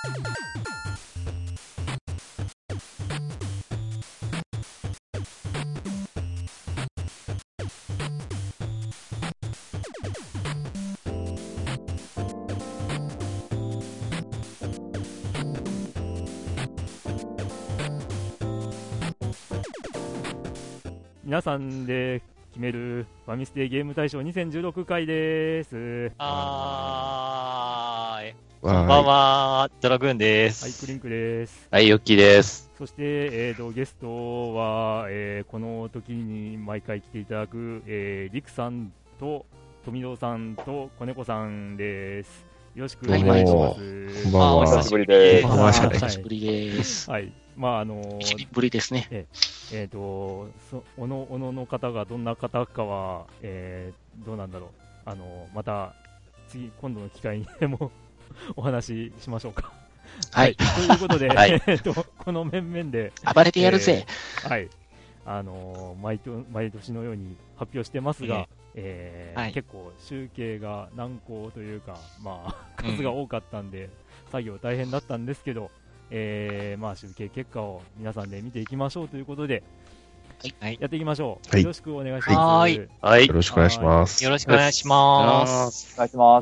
皆さんで決めるファミステゲーム大賞2016回です。 こんばんは、ドラグーンです。 はい、クリンクです。 はい、ヨッキーです。 そして、ゲストは、この時に毎回来ていただく、リクさんと富堂さんと子猫さんです。よろしくお願いします。 こんばんは。 お久しぶりです。 お久しぶりです。 はい。まあ、 1年ぶりですね。 おのの方がどんな方かは、どうなんだろう。また、今度の機会にでもお話ししましょうか。 はい。 ということで、 はい、 この面々で。 暴れてやるぜ。 はい。毎年のように発表してますが、 はい、 結構集計が難航というか、まあ、数が多かったんで、作業大変だったんですけど、まあ、集計結果を皆さんで見ていきましょうということで、 はい、 やっていきましょう。 はい、 よろしくお願いします。 はい。よろしくお願いします。 よろしくお願いします。 お願いします。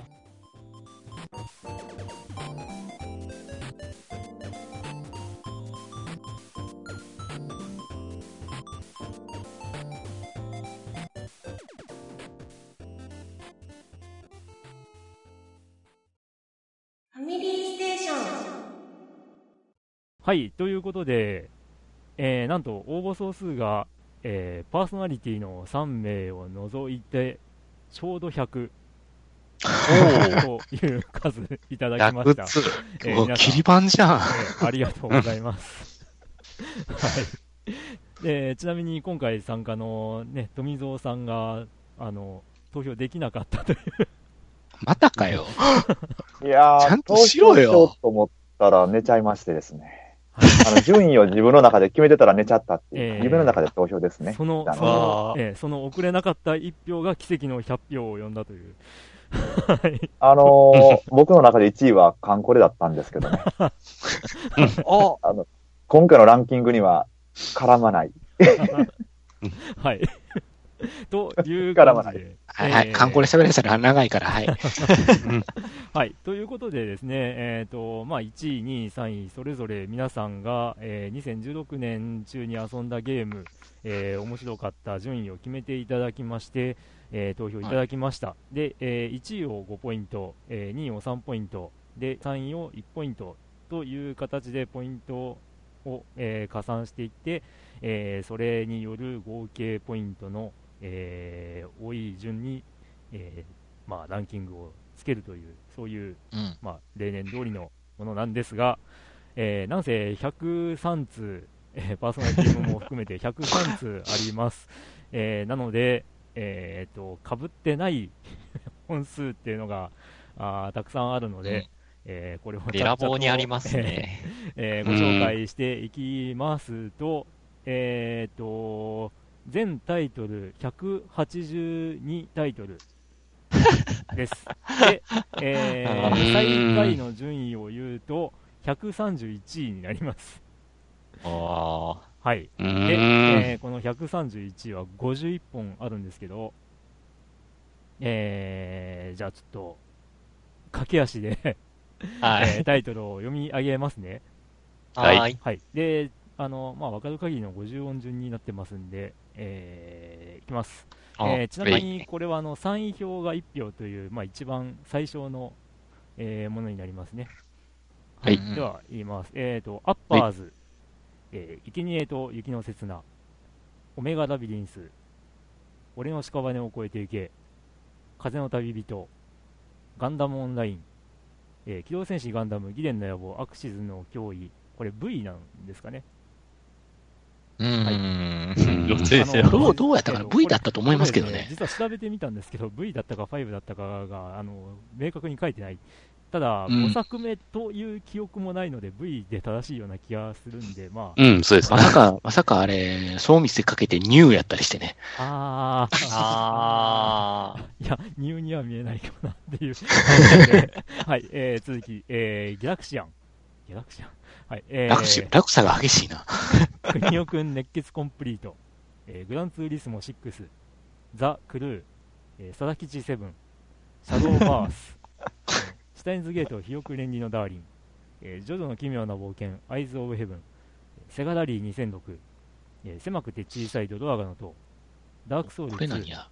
はい、ということで、なんと応募総数が、パーソナリティの3名を除いてちょうど100という数いただきました。 切り板じゃん、 ありがとうございます。はい。ちなみに今回参加のね富蔵さんが投票できなかったという。 またかよ。 いやー、 ちゃんとしろよ。 投票しようと思ったら寝ちゃいましてですね。順位を自分の中で決めてたら寝ちゃったっていう、夢の中で投票ですね。 その遅れなかった1票が奇跡の100票を呼んだという。 僕の中で1位はカンコレだったんですけどね。今回のランキングには絡まない。 はい。という感じで。 はい、カンコレ喋らせたら長いから、はい。 はい、ということでですね、まあ、1位、2位、3位、それぞれ皆さんが、2016年中に遊んだゲーム、面白かった順位を決めていただきまして、投票いただきました。はい、で、1位を5ポイント、2位を3ポイント、で、3位を1ポイントという形でポイントを、加算していって、それによる合計ポイントの多い順に、まあ、ランキングをつけるというそういう、まあ、例年通りのものなんですが、なんせ103通、パーソナリティも含めて103通あります。なので、かぶってない本数っていうのがたくさんあるので、これをべらぼうにありますね。 ご紹介していきますと、全タイトル182タイトルです。で、最下位の順位を言うと131位になります。はい。で、この131は51本あるんですけど、じゃあちょっと駆け足でタイトルを読み上げますね。 はい。 で、まあ、分かる限りの50音順になってますんで、いきます。ちなみにこれは3位票が1票という、まあ、一番最小の、ものになりますね。 はい。 では言います。アッパーズ、生贄と雪の刹那、オメガラビリンス、俺の屍を越えてゆけ、風の旅人、ガンダムオンライン、機動戦士ガンダムギデンの野望、アクシズの脅威、これ V なんですかね。 どうやったかな、V だったと思いますけどね。 実は調べてみたんですけど、V だったか5だったかが明確に書いてない。ただ、5作目という記憶もないので、V で正しいような気がするんで、まあ。 そうですね。まさかあれ、そう見せかけてニューやったりしてね。 いや、ニューには見えないかなっていう。はい、続き、ギャラクシアン、 け、ラクシアン。はい。 落差が激しいな。 国尾くん熱血コンプリート。グランツーリスモ6、ザ・クルー、佐々木7、シャドーバース、シュタインズゲート、肥沃連理のダーリン、ジョジョの奇妙な冒険、アイズ・オブ・ヘブン、セガラリー2006、狭くて小さいドドアガの塔、ダークソウル2、 これ何や？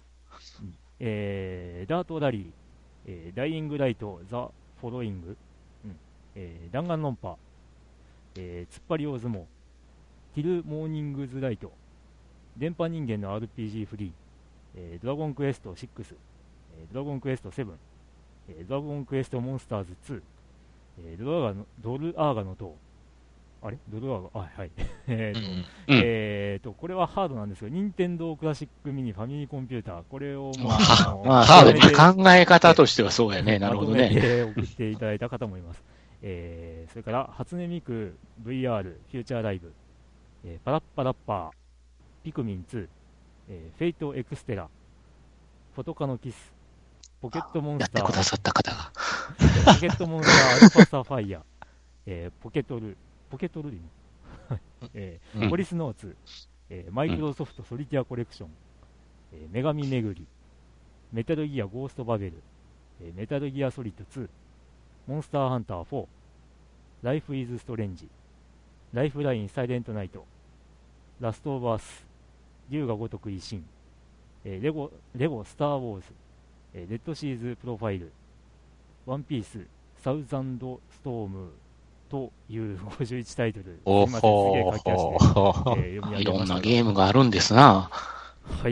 ダートラリー、ダイイングライト、ザ・フォロイング、弾丸論破、突っ張り大相撲、ティル・モーニングズ・ライト、電波人間の RPG フリー、ドラゴンクエスト6、ドラゴンクエスト7、ドラゴンクエストモンスターズ2、ドルアーガの塔、あれドルアーガ、はい。これはハードなんですが、任天堂クラシックミニファミリーコンピューター、これをハード考え方としてはそうやね。なるほどね。 送っていただいた方もいます。それから初音ミク VR フューチャーライブ、パラッパラッパー、ピクミン2、フェイトエクステラ、フォトカノキス、ポケットモンスター、 やってくださった方が。 ポケットモンスターアルファサファイア、ポケトルでいいのポリスノーツ、マイクロソフトソリティアコレクション、女神巡り、メタルギアゴーストバベル、メタルギアソリッド2、モンスターハンター4、ライフイズストレンジ、ライフラインサイレントナイト、ラストオブアース、竜が如く維新、レゴスターウォーズ、レッドシーズプロファイル、ワンピース、サウザンドストームという51タイトル、すみません、すげえ書き出して、読み上げました。 いろんなゲームがあるんですな。 はい。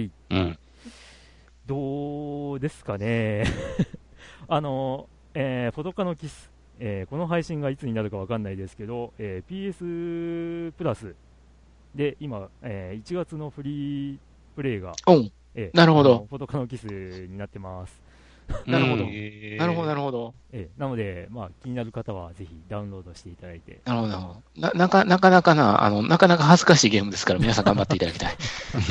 どうですかね。フォトカノキス、この配信がいつになるかわかんないですけど、PS プラスで今、1月のフリープレイが、 なるほど。 フォトカノキスになってます。 なるほど。なるほど。 なので、気になる方はぜひダウンロードしていただいて。 なるほど。なかなかなか恥ずかしいゲームですから、皆さん頑張っていただきたい。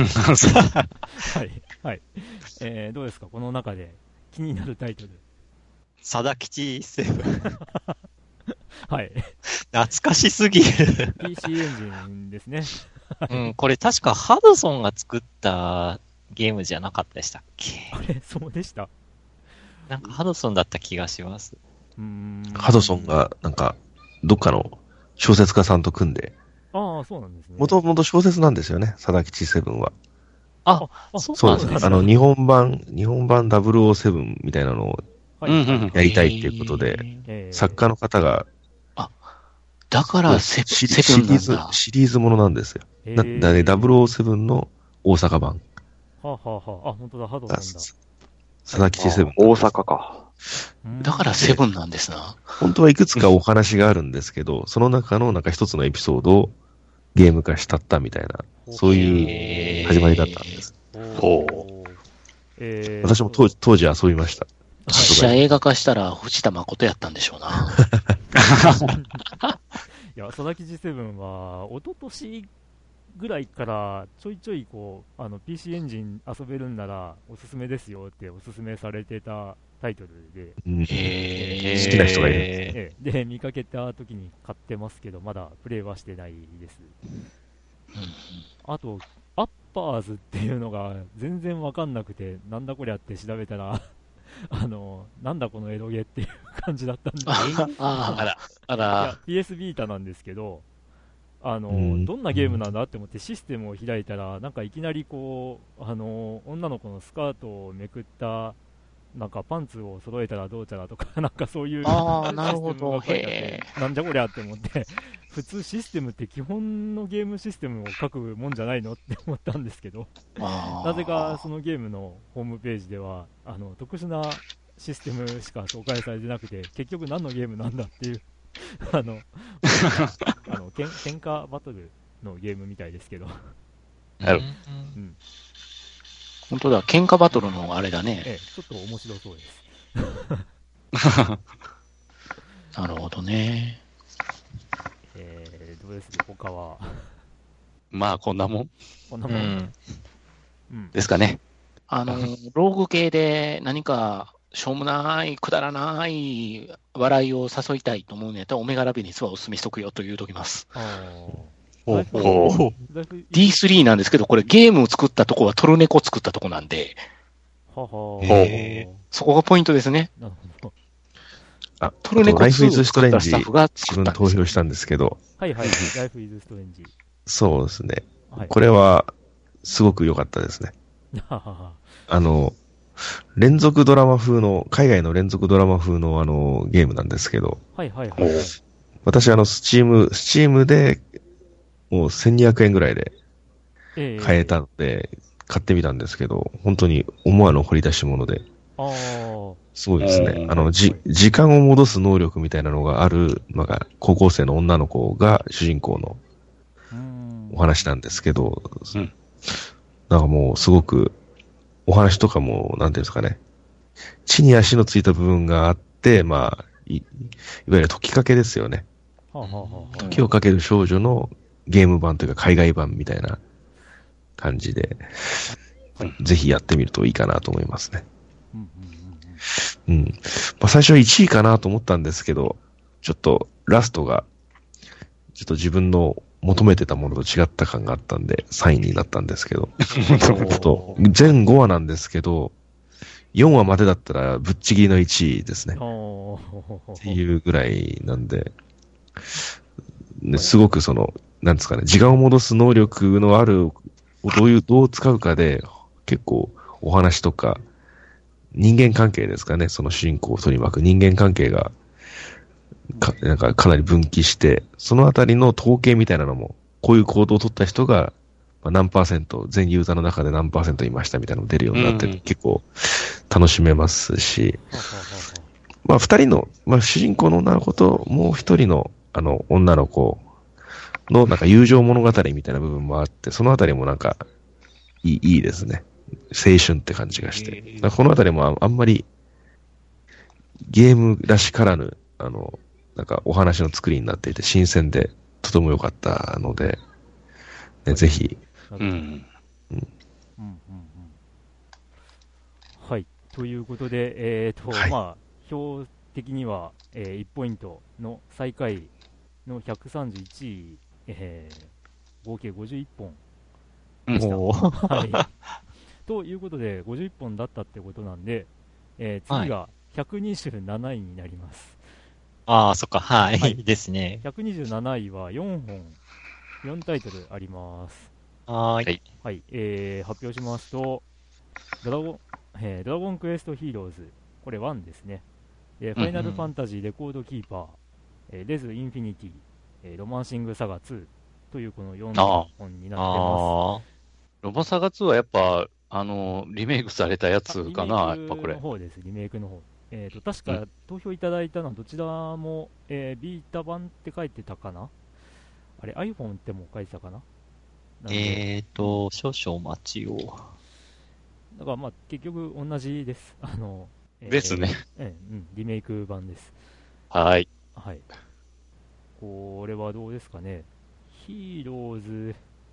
はい。どうですか、この中で気になるタイトル。 佐田吉7。 はい。 懐かしすぎる。 PC エンジンですね。 これ確かハドソンが作ったゲームじゃなかったでしたっけ？ あれ、そうでした。 なんかハドソンだった気がします。 ハドソンが、なんか、どっかの小説家さんと組んで。 ああ、そうなんですね。 もともと小説なんですよね、佐々木7は。 そうです。日本版007みたいなのをやりたいっていうことで、作家の方が、 だからシリーズものなんですよ。007の大阪版。 本当だ、ハドソンだ。 佐々木7。 大阪か。 だから7なんですな。 本当はいくつかお話があるんですけど、その中のなんか一つのエピソードをゲーム化したったみたいな、そういう始まりだったんです。私も当時遊びました。 実写映画化したら藤田誠やったんでしょうな。 いや、佐々木 G7 は、一昨年ぐらいからちょいちょいPC エンジン遊べるんならおすすめですよっておすすめされてたタイトルで、 好きな人がいる。 で、見かけた時に買ってますけど、まだプレイはしてないです。あと、アッパーズっていうのが全然わかんなくて、なんだこりゃって調べたら、なんだこのエロゲっていう感じだったんで、PS ビータなんですけど、どんなゲームなんだって思ってシステムを開いたら、なんかいきなり女の子のスカートをめくった、なんかパンツを揃えたらどうちゃらとか、なんかそういうシステムが書いてあって、なんじゃこりゃって思って、普通システムって基本のゲームシステムを書くもんじゃないのって思ったんですけど、なぜかそのゲームのホームページでは、特殊なシステムしか紹介されてなくて、結局何のゲームなんだっていう。喧嘩バトルのゲームみたいですけど。 本当だ、喧嘩バトルのあれだね。 ちょっと面白そうです。 なるほどね。 どうです他は。 こんなもん。 こんなもん。 ですかね。ローグ系で何かしょうもない、くだらない笑いを誘いたいと思うんやったら、オメガラビリンスはお勧めしとくよと言うときます。 ほうほ D3 なんですけど、これゲームを作ったとこはトルネコ作ったとこなんで、そこがポイントですね。 なるほど。 あ、 トルネコライフイズ 2をストレンジ、 作ったスタッフが自分作ったんです投票したんですけど、 はいはい、ライフイズストレンジ。 そうですね。 はい。 これは、すごく良かったですね。連続ドラマ風の、海外の連続ドラマ風のゲームなんですけど、 はいはいはい。 私スチームで、もう1200円ぐらいで買えたので、買ってみたんですけど、本当に思わぬ掘り出し物で、すごいですね。時間を戻す能力みたいなのがある、高校生の女の子が主人公のお話なんですけど、なんかもうすごく、お話とかも、なんていうんですかね、地に足のついた部分があって、いわゆる解きかけですよね。時をかける少女のゲーム版というか海外版みたいな感じで、ぜひやってみるといいかなと思いますね。最初は1位かなと思ったんですけど、ちょっとラストが、ちょっと自分の求めてたものと違った感があったんで、3位になったんですけど、ちょっと全5話なんですけど、4話までだったらぶっちぎりの1位ですね。っていうぐらいなんで、すごくなんですかね、時間を戻す能力のある、をどう使うかで、結構お話とか、人間関係ですかね、その主人公を取り巻く人間関係が、なんかかなり分岐して、そのあたりの統計みたいなのも、こういう行動を取った人が、何%、全ユーザーの中で何%いましたみたいなのが出るようになって、結構楽しめますし、二人の、主人公の女の子と、もう一人の、女の子の、なんか友情物語みたいな部分もあって、そのあたりもなんか、いいですね。青春って感じがして。このあたりもあんまり、ゲームらしからぬ、なんかお話の作りになっていて新鮮でとても良かったので、ぜひ。 はい。ということで、表的には、1ポイントの最下位の131位、合計51本でした。はい。ということで、51本だったってことなんで、次が127位になります。 ああ、そっか、はい、ですね。 127位は4本、4タイトルあります。 はい。 はい、発表しますと、ドラゴンクエストヒーローズ、これ1ですね。ファイナルファンタジーレコードキーパー、レズインフィニティ、ロマンシングサガ2というこの4本になってます。 ロマサガ2はやっぱ、リメイクされたやつかな、やっぱこれ。 リメイクの方です、リメイクの方。確か投票いただいたのはどちらも、ビータ版って書いてたかな。あれ iPhone っても書いてたかな。 少々お待ちを。 だから結局同じです。 ですね。 リメイク版です。 はい。 はい。これはどうですかね。ヒーロー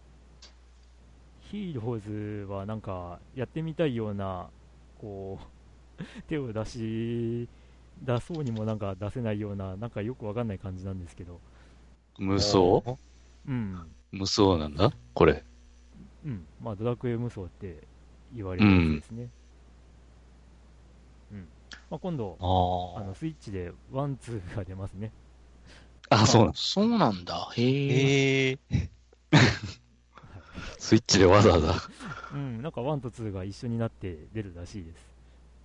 ズはなんかやってみたいようなこう手を出そうにもなんか出せないような、なんかよくわかんない感じなんですけど。 無双？無双なんだこれ。 ドラクエ無双って言われるやつですね。今度スイッチで1、2が出ますね。 そうなんだ。 へえ。 スイッチでわざわざ。 なんか1と2が一緒になって出るらしいです。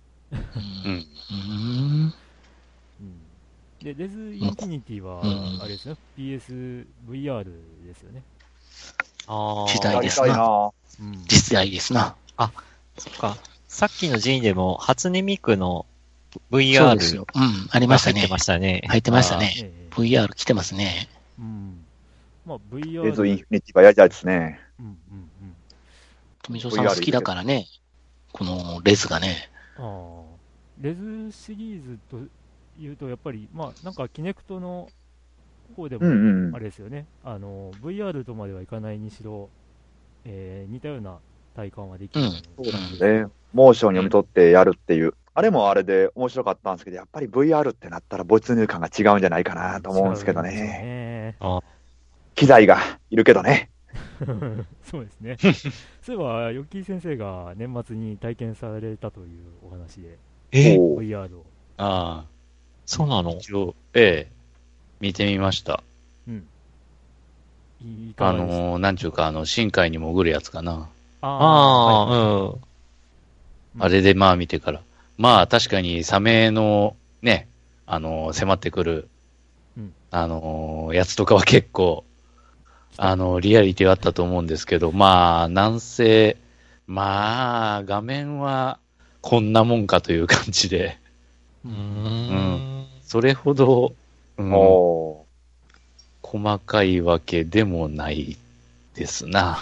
で、レズインフィニティは、あれですね、PSVR ですよね。 時代ですな。実代ですな。 あ、そっか。さっきのGでも、初音ミクの VR ですよ。ありましたね。 入ってましたね。 入ってましたね。VR 来てますね。 VR。 レズインフィニティはやりたいですね。 富蔵さん好きだからね。このレズがね。 レズシリーズというと、やっぱり、なんか、キネクトの方でも、あれですよね、VR とまではいかないにしろ、似たような体感はできる。 そうなんですね。モーション読み取ってやるっていうあれもあれで面白かったんですけど、やっぱり VR ってなったら没入感が違うんじゃないかなと思うんですけどね。機材がいるけどね。 そうですね。そういえば、ヨッキー先生が年末に体験されたというお話で、VR を。 ああ。 そうなの？ 一応、ええ、見てみました。 うん。いかがでした？ なんちゅうか、深海に潜るやつかな。あれでまあ見てから。まあ確かにサメのね、迫ってくる、やつとかは結構、リアリティはあったと思うんですけど、まあ、なんせ、まあ、画面はこんなもんかという感じで、それほど、細かいわけでもないですな。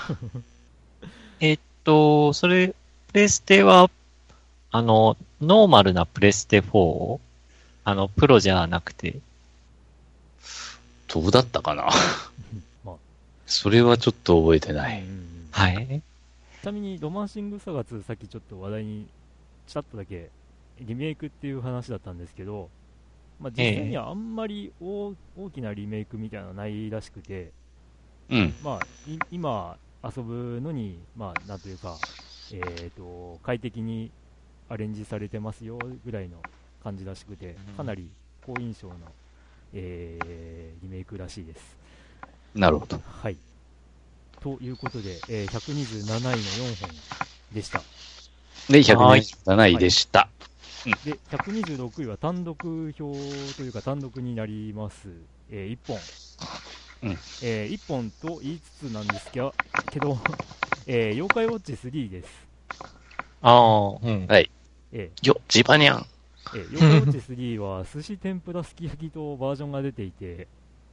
それ、プレステは、ノーマルなプレステ 4？ プロじゃなくて。 どうだったかなそれはちょっと覚えてない。 はい。 ちなみに、ロマンシングサガ2、さっきちょっと話題に、ちらっとだけ、リメイクっていう話だったんですけど、まあ、実際にはあんまり大きなリメイクみたいなのはないらしくて、まあ、今遊ぶのに、まあ、なんというか、快適にアレンジされてますよぐらいの感じらしくて、かなり好印象の、リメイクらしいです。 なるほど。 はい。ということで、127位の4本でした。 で、127位でした。 で、126位は単独表というか単独になります。1本。1本と言いつつなんですけど、妖怪ウォッチ3です。 はい。 ジバニャン。 妖怪ウォッチ3は寿司天ぷらすき焼きとバージョンが出ていて、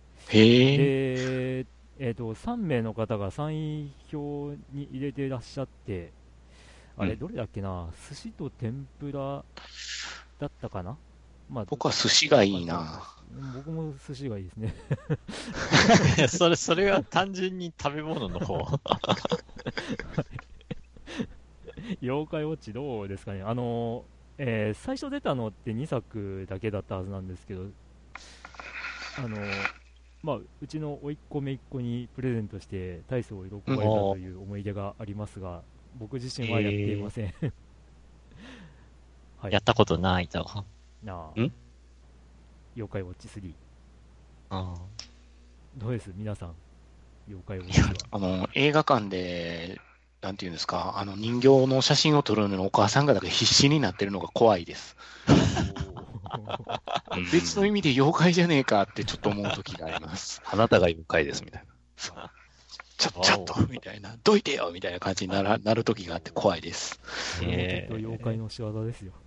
で、3名の方が3位表に入れていらっしゃって、あれ、どれだっけな、寿司と天ぷらだったかな。まあ、 僕は寿司がいいな。 僕も寿司がいいですね。 それは単純に食べ物の方。 妖怪ウォッチどうですかね。最初出たのって2作だけだったはずなんですけど、まあ、うちの甥っ子姪っ子にプレゼントして大層喜ばれたという思い出がありますが、僕自身はやっていません。 はい、やったことないと。 妖怪ウォッチ3。どうです皆さん、妖怪ウォッチは。 映画館で、なんていうんですか、人形の写真を撮るのにお母さんがだけ必死になってるのが怖いです。別の意味で妖怪じゃねえかってちょっと思う時があります。 あなたが妖怪ですみたいな。 ちょっとみたいな、どいてよみたいな感じになる時があって怖いです。 妖怪の仕業ですよ。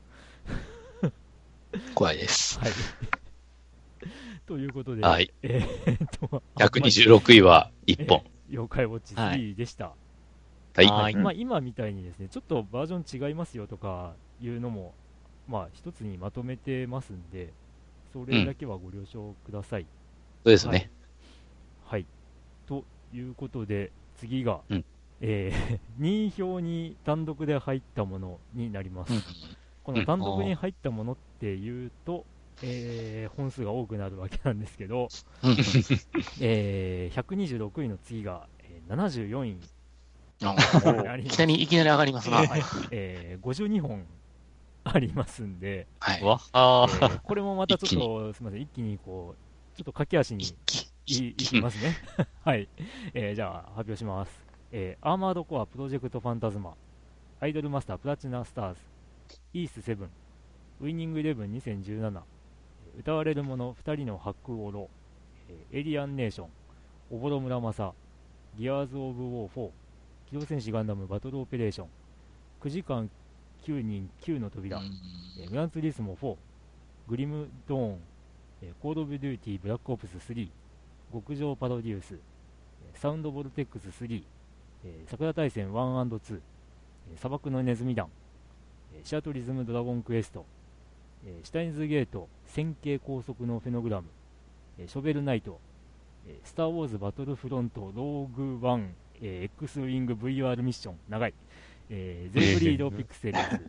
怖いです。 はい。ということで、 はい。126位は1本。 妖怪ウォッチ3でした。 はい。 まあ今みたいにですね、ちょっとバージョン違いますよとかいうのも、まあ一つにまとめてますんで、それだけはご了承ください。 そうですね。 はい。ということで、次が、2位表に単独で入ったものになります。この単独に入ったものっていうと、本数が多くなるわけなんですけど、126位の次が、74位。 いきなり上がりますな。 52本ありますんで、これもまたちょっと、すみません、一気にこう、ちょっと駆け足にいきますね。はい。じゃあ、発表します。アーマードコアプロジェクトファンタズマ、アイドルマスタープラチナスターズ、イース7、ウイニングイレブン2017、歌われる者2人の白オロ、エイリアンネーション、おぼろ村正、ギアーズ・オブ・ウォー4、機動戦士ガンダムバトルオペレーション、9時間9人9の扉、グランツリスモ4、グリムドーン、コード・オブ・デューティーブラックオプス3、極上パロデュース、サウンド・ボルテックス3、桜大戦 1&2、砂漠のネズミ団、シアトリズムドラゴンクエスト、シュタインズゲート線形高速のフェノグラム、ショベルナイト、スター・ウォーズバトルフロントローグ1、X ウィング VR ミッション長い、ゼブリードピクセルズ、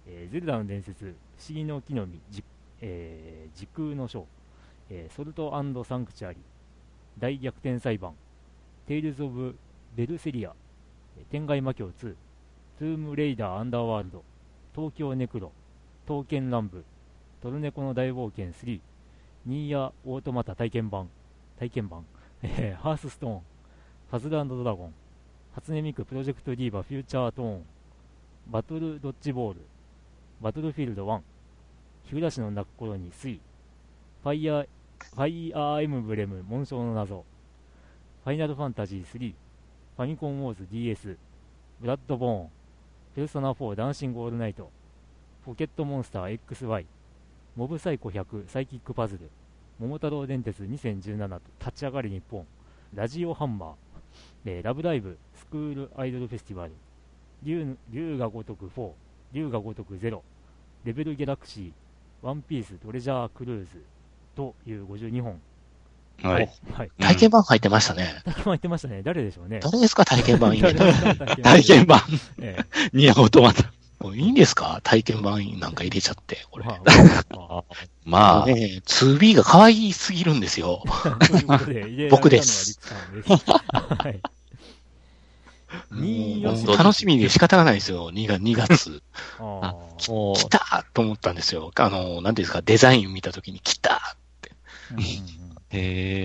ゼルダの伝説、不思議の木の実、時空の章、ソルト&サンクチュアリ、大逆転裁判、テイルズ・オブ・ベルセリア、天外魔境2、トゥームレイダー・アンダーワールド、東京ネクロ、刀剣乱舞、トルネコの大冒険3、ニーヤ・オートマタ体験版、ハースストーン、パズル&ドラゴン、初音ミクプロジェクトディーバフューチャートーン、バトルドッジボール、バトルフィールド1、日暮の泣く頃に3、ファイアーエムブレム紋章の謎、ファイナルファンタジー3、ファミコンウォーズ DS、ブラッドボーン、ペルソナ4ダンシングオールナイト、ポケットモンスター XY、モブサイコ100サイキックパズル、桃太郎電鉄2017と立ち上がり日本、ラジオハンマー、ラブライブスクールアイドルフェスティバル、竜が如く4、竜が如く0、レベルギャラクシー、ワンピーストレジャークルーズという52本。 はい。 はい。 体験版入ってましたね。 体験版入ってましたね。誰でしょうね。 誰ですか、体験版入れた。 体験版。ニアオートマタ。 いいんですか、体験版なんか入れちゃって、これ。 まあ。 ね、2B が可愛すぎるんですよ。僕です。はい。楽しみで仕方がないですよ、2月。来たと思ったんですよ。なんていうんですか、デザイン見たときに来たって。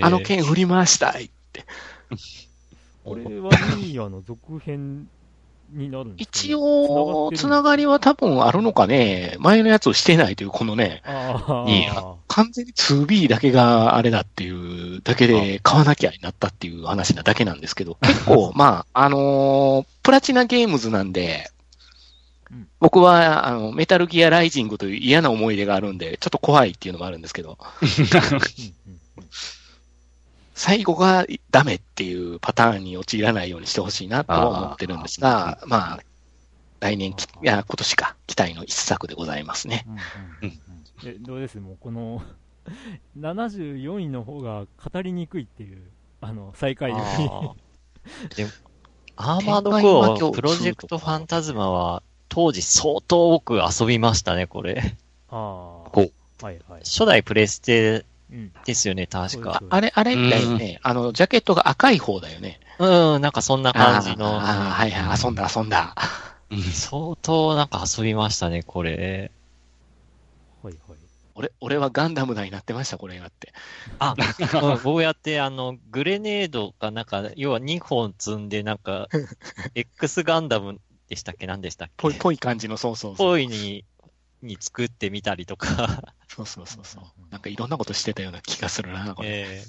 あの剣振り回したいって。 これはニーヤの続編になるんですかね。 一応、つながりは多分あるのかね。前のやつをしてないという、このね。完全に 2B だけがあれだっていうだけで買わなきゃになったっていう話なだけなんですけど、結構、まあ、プラチナゲームズなんで、僕は、メタルギアライジングという嫌な思い出があるんで、ちょっと怖いっていうのもあるんですけど、最後がダメっていうパターンに陥らないようにしてほしいなとは思ってるんですが、まあ、今年か、期待の一作でございますね。 どうですもうこの74位の方が語りにくいっていう、最下位より。 でも、アーマードコアプロジェクトファンタズマは、当時相当多く遊びましたね、これ。 はいはい。 初代プレステですよね、確か。 あれだよね。ジャケットが赤い方だよね。 なんかそんな感じの。 はいはい、遊んだ。 相当なんか遊びましたね、これ。 はいはい。 俺はガンダムだになってました、これがって。 こうやって、グレネードがなんか、要は2本積んで、なんか、X ガンダムでしたっけ、何でしたっけ。 ぽい感じの、そう。 ぽいに作ってみたりとか。 そう。なんかいろんなことしてたような気がするな、これ。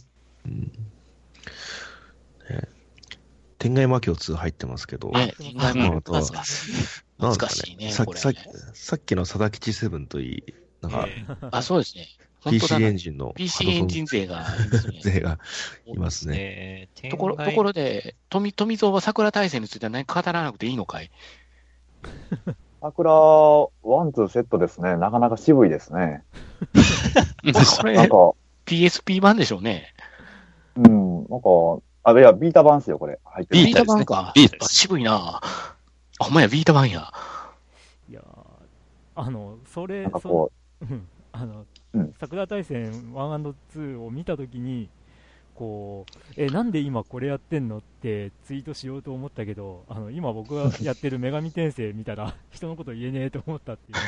天外魔境2入ってますけど。 天外魔境2。懐かしいね、これ。 さっきの佐々木セブンといい、なんか、 そうですね。 PC エンジンの。 PC エンジン勢がいますね。 ところで、富蔵は桜大戦については何か語らなくていいのかい？ 桜1、2セットですね。なかなか渋いですね。 これ、PSP 版でしょうね。 なんか、いや、ビータ版ですよ、これ。入ってる。 ビータ版か。渋いな。ほんまや、ビータ版や。 いやそれ、 なんかこう、桜大戦 1&2 を見たときに、こう、なんで今これやってんのってツイートしようと思ったけど、今僕がやってる女神転生見たら、人のこと言えねえと思ったっていう、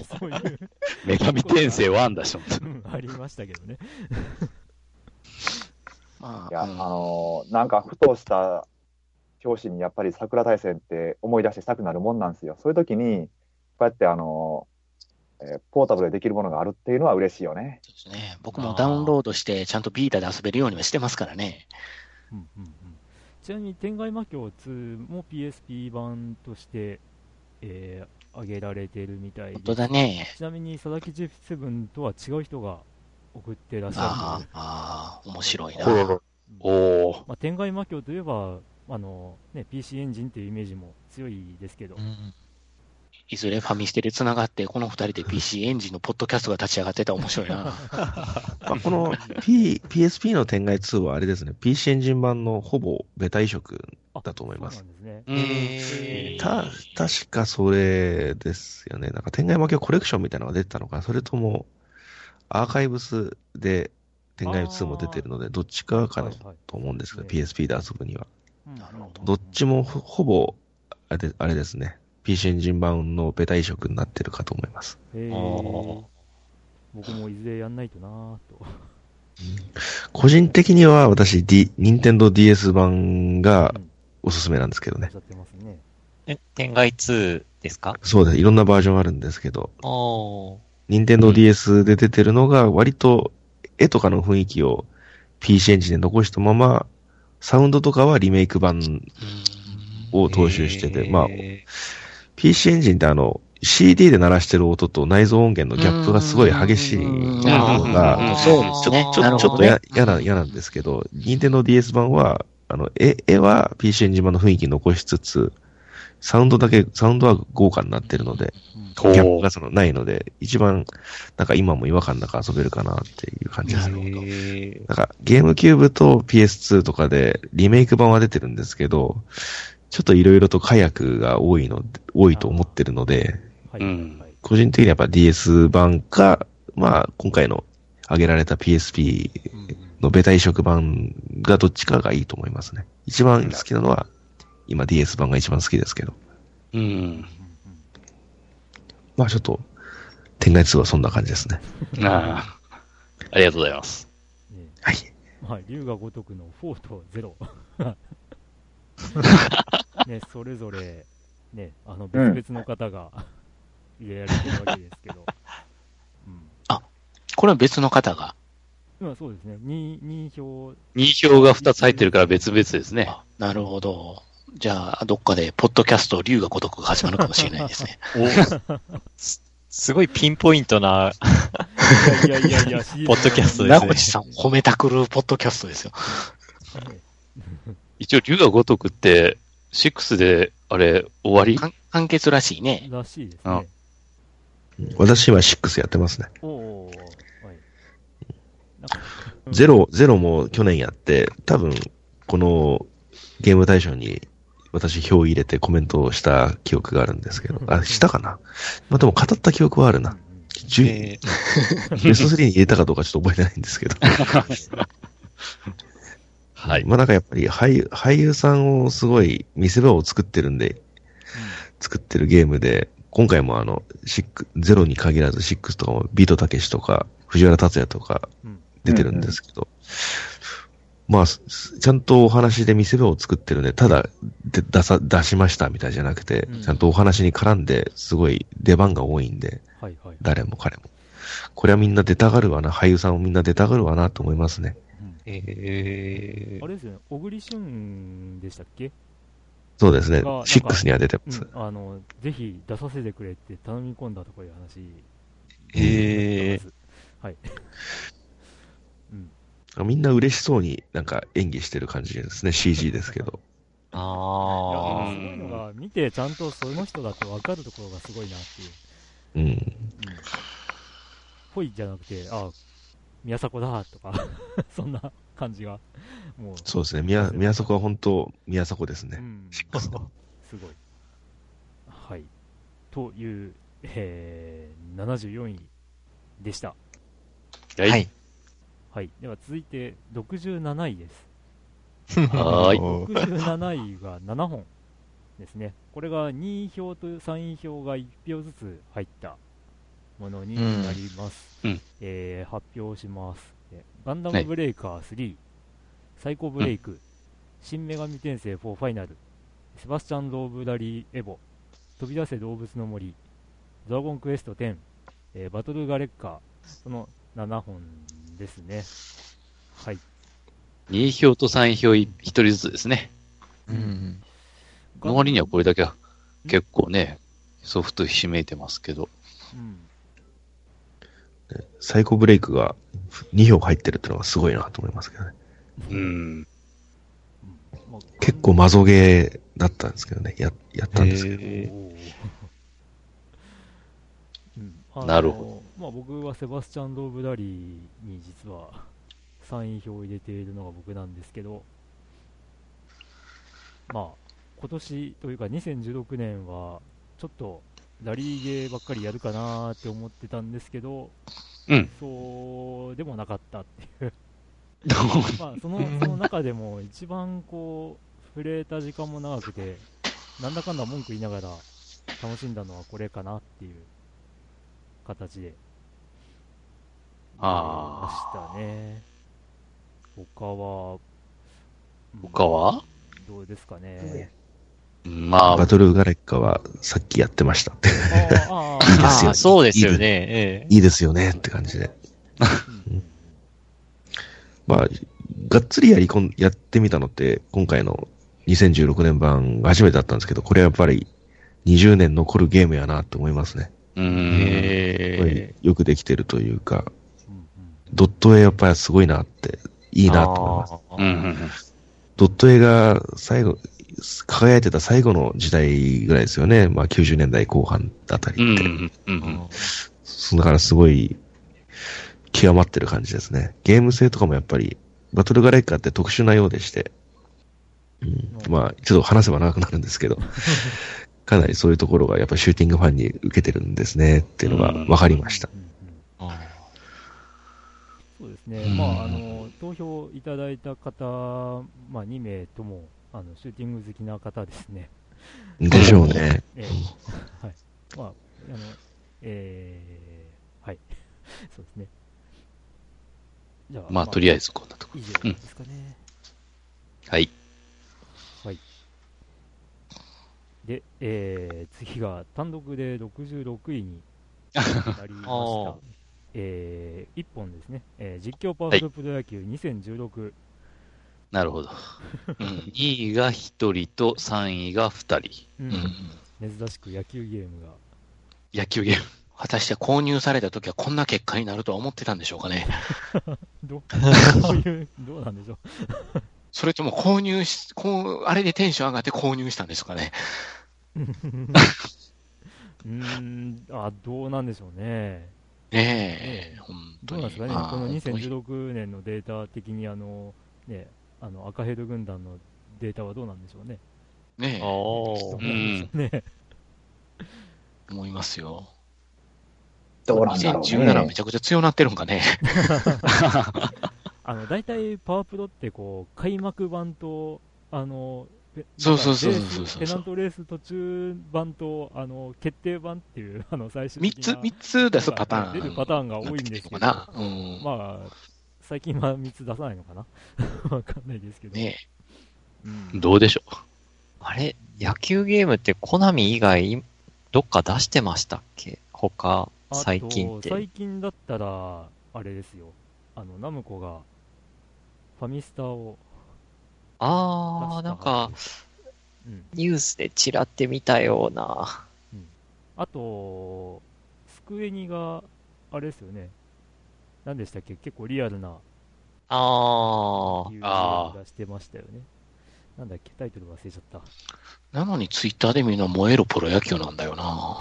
そういう。 女神転生1だしょ。 ありましたけどね。 いや、なんかふとした表紙にやっぱり桜大戦って思い出してしたくなるもんなんですよ。そういう時に、こうやってポータブルでできるものがあるっていうのは嬉しいよね。 そうですね。僕もダウンロードして、ちゃんとビータで遊べるようにはしてますからね。 ちなみに、天外魔境2も PSP 版として、上げられているみたいで。 本当だね。 ちなみに、佐々木G7とは違う人が送ってらっしゃる。 面白いな。 天外魔境といえば、PC エンジンっていうイメージも強いですけど。 いずれファミステで繋がって、この二人で PC エンジンのポッドキャストが立ち上がってたら面白いな。 この、PSP の天外2はあれですね、PC エンジン版のほぼベタ移植だと思います。 そうなんですね。 確かそれですよね。なんか天外魔境コレクションみたいなのが出てたのかな。それとも、アーカイブスで天外2も出てるので、どっちかかなと思うんですけど、PSP で遊ぶには。 なるほど。 どっちもほぼ、あれですね。PC エンジン版のベタ移植になってるかと思います。 僕もいずれやんないとなぁと。 個人的には私、任天堂 DS 版がおすすめなんですけどね。 天外2ですか？ そうです。いろんなバージョンあるんですけど。任天堂 DS で出てるのが割と絵とかの雰囲気を PC エンジンで残したまま、サウンドとかはリメイク版を踏襲してて、まあ、PC エンジンってCD で鳴らしてる音と内蔵音源のギャップがすごい激しいのが、ちょっと嫌なんですけど、任天堂 DS 版は、絵は PC エンジン版の雰囲気残しつつ、サウンドは豪華になってるので、ギャップがないので、一番、なんか今も違和感なく遊べるかなっていう感じですね。なんかゲームキューブと PS2 とかでリメイク版は出てるんですけど、ちょっといろいろと火薬が多いと思ってるので、個人的にはやっぱ DS 版か、まあ今回の挙げられた PSP のベタ移植版がどっちかがいいと思いますね。一番好きなのは、今 DS 版が一番好きですけど。まあちょっと、天外2はそんな感じですね。 ありがとうございます。 はい。 まあ、龍が如くの4と0。ね、それぞれ、ね、別々の方が入れられてるわけですけど。 これは別の方が。 そうですね。2票。 2票が2つ入ってるから別々ですね。 なるほど。じゃあ、どっかで、ポッドキャスト、龍が如くが始まるかもしれないですね。 すごいピンポイントな、 いや、 ポッドキャストですね。 名越さん褒めたくるポッドキャストですよ。 一応、龍が如くって、6で、あれ、終わり？ 完結らしいね。 らしいですね。 私は6やってますね。ゼロも去年やって、多分、このゲーム大賞に私票を入れてコメントをした記憶があるんですけど、したかな？まあでも語った記憶はあるな。ベスト3に入れたかどうかちょっと覚えてないんですけど。はい。まあなんかやっぱり俳優さんをすごい見せ場を作ってるゲームで、今回もゼロに限らず6とかもビートたけしとか藤原竜也とか出てるんですけど、まあ、ちゃんとお話で見せ場を作ってるんで、ただ出しましたみたいじゃなくて、ちゃんとお話に絡んで、すごい出番が多いんで、誰も彼も。これはみんな出たがるわな、俳優さんもみんな出たがるわなと思いますね。 あれですよね、小栗旬でしたっけ？ そうですね、6には出てます。 ぜひ出させてくれって頼み込んだとかいう話。はい。 みんな嬉しそうになんか演技してる感じですね、CG ですけど。 そういうのが見てちゃんとその人だって分かるところがすごいなっていう。ぽいじゃなくて、宮迫だとか、そんな感じが。もうそうですね、宮迫は本当、宮迫ですね。 すごい。はい。という、74位でした。 はい。 はい。では続いて67位です。 はい。 67位が7本ですね。これが2位票と3位票が1票ずつ入ったものになります。発表します。ガンダムブレイカー3、サイコブレイク、新女神転生4ファイナル、セバスチャン・ローブラリー・エボ、飛び出せ動物の森、ドラゴンクエスト10、バトルガレッカー、その7本ですね。はい。 2位票と3位票1人ずつですね。の割にはこれだけは結構ね、ソフトひしめいてますけど。 サイコブレイクが2票入ってるってのがすごいなと思いますけどね。結構マゾゲーだったんですけどね。やったんですけど。なるほど。僕はセバスチャン・ローブラリーに実は3位票を入れているのが僕なんですけど、 まあ、今年というか2016年は、ちょっとラリーゲーばっかりやるかなーって思ってたんですけど、そうでもなかったっていう。まあ、その中でも一番こう、触れた時間も長くて、なんだかんだ文句言いながら楽しんだのはこれかなっていう形で。ましたね。 他はどうですかね。 まあ、バトルガレッカはさっきやってましたって。いいですよ。 そうですよね。 いいですよねって感じで。まあ、がっつりやってみたのって、今回の2016年版が初めてだったんですけど、これやっぱり20年残るゲームやなと思いますね。よくできてるというか、ドット絵やっぱりすごいなって、いいなと思います。ドット絵が輝いてた最後の時代ぐらいですよね。まあ90年代後半あたりって。だからすごい極まってる感じですね。ゲーム性とかもやっぱり、バトルガレッカーって特殊なようでして、まあちょっと話せば長くなるんですけど、かなりそういうところがやっぱりシューティングファンに受けてるんですねっていうのが分かりました。 そうですね。まあ投票いただいた方、まあ2名ともシューティング好きな方ですね。 でしょうね。 はい。まあはい、そうですね。じゃあまあとりあえずこんなとこ。 以上ですかね。 はい。 はい。で、次が単独で66位になりました。1本ですね。実況パワフルプロ野球2016。 なるほど。2位が1人と3位が2人。 珍しく野球ゲームが。 野球ゲーム。 果たして購入されたときはこんな結果になるとは思ってたんでしょうかね。 どうなんでしょう。 それともあれでテンション上がって購入したんですかね。 どうなんでしょうね。 どうなんですかね。この2016年のデータ的に赤ヘッド軍団のデータはどうなんでしょうね。 思いますよ。 どうなんだろうね。 2017めちゃくちゃ強なってるんかね。 大体パワープロってこう開幕版とそうペナントレース途中版と決定版っていう最終的な 3つ出すパターン出るパターンが多いんですけど、まあ最近は3つ出さないのかな。わかんないですけど。 どうでしょう。 あれ、野球ゲームってコナミ以外どっか出してましたっけ？他最近って。 最近だったらあれですよ。ナムコがファミスタをなんか、ニュースでチラって見たような。 あと、スクエニが、あれですよね。何でしたっけ？結構リアルな。出してましたよね。なんだっけ？タイトル忘れちゃった。 なのにツイッターで見るのは燃えろプロ野球なんだよな。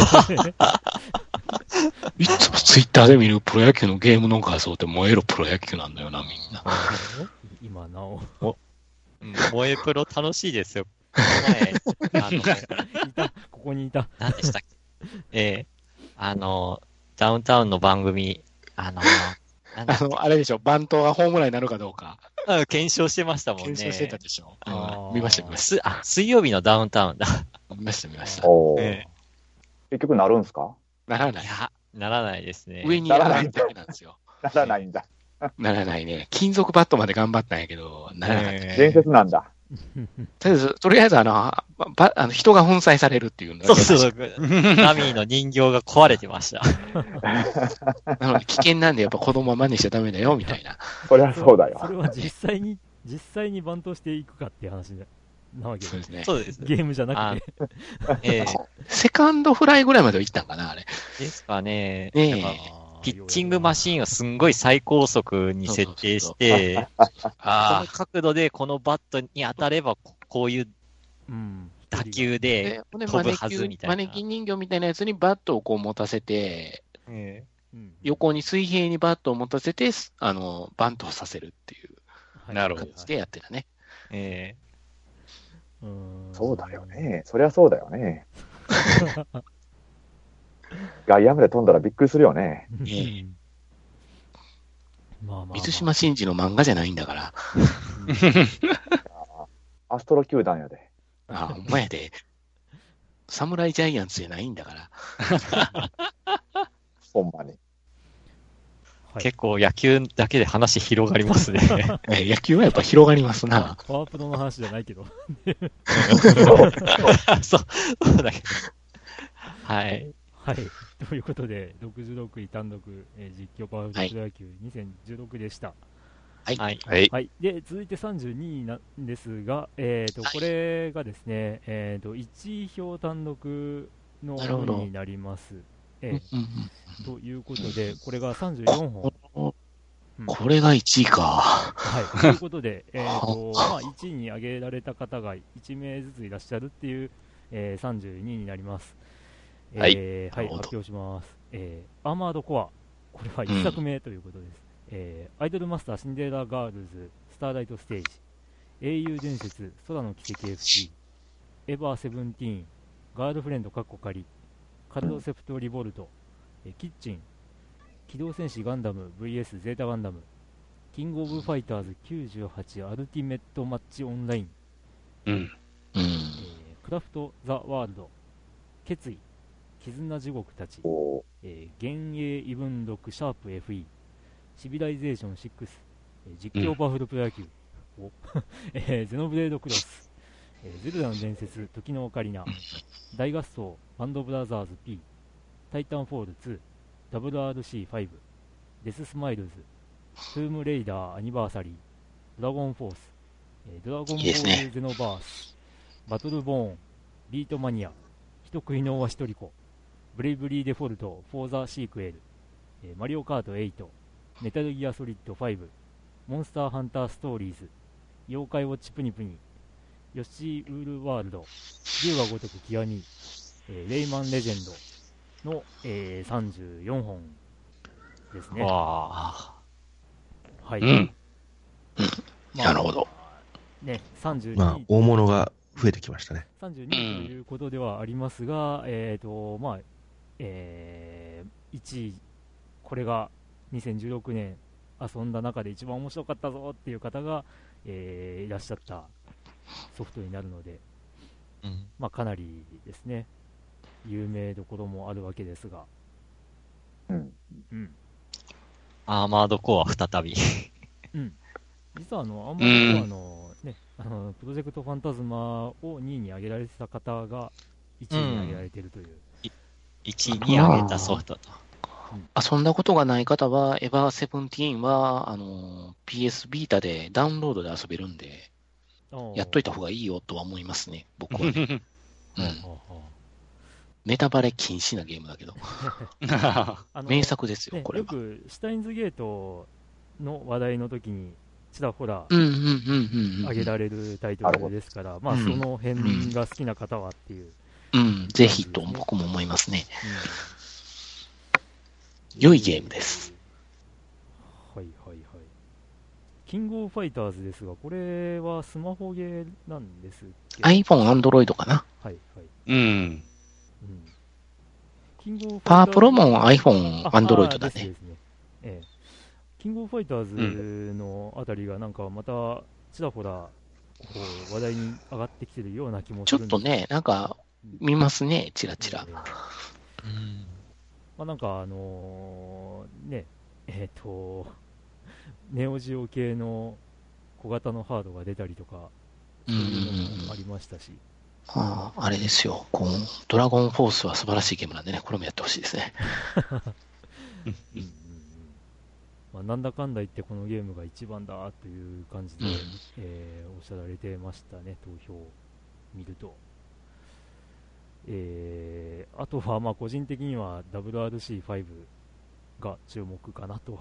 いつもツイッターで見るプロ野球のゲームの画像って燃えろプロ野球なんだよな、みんな。 今なお。 萌えプロ楽しいですよ。この前、 ここにいた。 何でしたっけ？ダウンタウンの番組、 あれでしょ、バントがホームランになるかどうか。 検証してましたもんね。 検証してたでしょ。見ました。 水曜日のダウンタウンだ。 見ました。 結局なるんすか？ ならない。 いや、ならないですね。 上にならないだけなんですよ。 ならないんだ。 ならないね。金属バットまで頑張ったんやけど、ならない。 伝説なんだ。 とりあえず人が粉砕されるっていうのそう。ナミーの人形が壊れてました。 なので危険なんでやっぱ子供は真似しちゃダメだよ、みたいな。 そりゃそうだよ。 それは実際にバントしていくかっていう話なわけですね。 そうです。 ゲームじゃなくて。 セカンドフライぐらいまでは行ったんかな、あれ。 ですかね。ピッチングマシーンをすんごい最高速に設定して、この角度でこのバットに当たれば、こういう打球で飛ぶはずみたいな。 マネキン人形みたいなやつにバットをこう持たせて、横に水平にバットを持たせて、バントをさせるっていう。 なるほど。 形でやってたね。 そうだよね。そりゃそうだよね。外野まで飛んだらびっくりするよね。 水島新司の漫画じゃないんだから。 アストロ球団やで。 ほんまやで。サムライジャイアンツじゃないんだから。 ほんまに。 結構野球だけで話広がりますね。 野球はやっぱ広がりますな。 パワープロの話じゃないけど。 そうだけど。はい。 はい。ということで、66位単独、実況パワフルプロ野球2016でした。 はい。 はい。 はい。で、続いて32位なんですが、これがですね、1位票単独の順位になります。ということで、これが34本。 これが1位か。 はい。ということで、1位に挙げられた方が1名ずついらっしゃるっていう、32位になります。はい、発表します。アーマードコア。これは1作目ということです。アイドルマスターシンデレラガールズスターライトステージ。英雄伝説空の奇跡 FC。エヴァーセブンティーン。ガールフレンドカッコ仮。カルドセプトリボルト。キッチン。機動戦士ガンダム VS ゼータガンダム。キングオブファイターズ98アルティメットマッチオンライン。クラフトザワールド。決意。絆地獄たち、幻影異聞録シャープ FE、シビライゼーション6、実況パワフルプロ野球、ゼノブレードクロス、ゼルダの伝説、時のオカリナ、大合奏、バンドブラザーズ P、タイタンフォール2、WRC5、デススマイルズ、トゥームレイダーアニバーサリー、ドラゴンフォース、ドラゴンボールゼノバース、バトルボーン、ビートマニア、人食いのは一人子、ブレイブリーデフォルト、フォーザシークエル、マリオカート8、メタルギアソリッド5、モンスターハンターストーリーズ、妖怪ウォッチプニプニ、ヨッシーウールワールド、竜が如く極み、レイマンレジェンドの、34本ですね。 はい。 なるほど。 ね、32。 まあ、大物が増えてきましたね。 32ということではありますが、1位、これが2016年遊んだ中で一番面白かったぞっていう方が、いらっしゃったソフトになるので、かなりですね、有名どころもあるわけですが、 アーマードコア再び。 実はアーマードコアのね、プロジェクトファンタズマを2位に挙げられてた方が1位に挙げられているという。 1位に挙げたソフトと。 遊んだことがない方は、エヴァーセブンティーンは、PS ビータでダウンロードで遊べるんで、やっといた方がいいよとは思いますね、僕は、ね。ネタバレ禁止なゲームだけど。名作ですよ、これは。 よく、シュタインズゲートの話題の時に、ちらほら挙げられるタイトルですから、その辺が好きな方はっていう。 ぜひと僕も思いますね。良いゲームです。 キングオブファイターズですが、これはスマホゲーなんですっけ？ iPhone、Android かな。パワープロも iPhone、Android だね。 キングオブファイターズのあたりがなんかまたちらほら話題に上がってきてるような気もするんです。 ちょっとね、なんか見ますね、チラチラ。 なんかネオジオ系の小型のハードが出たりとか、そういうのもありましたし。 あれですよ、ドラゴンフォースは素晴らしいゲームなんでね、これもやってほしいですね。 なんだかんだ言ってこのゲームが一番だという感じで、おっしゃられてましたね、投票を見ると。あとは個人的には WRC5 が注目かなと。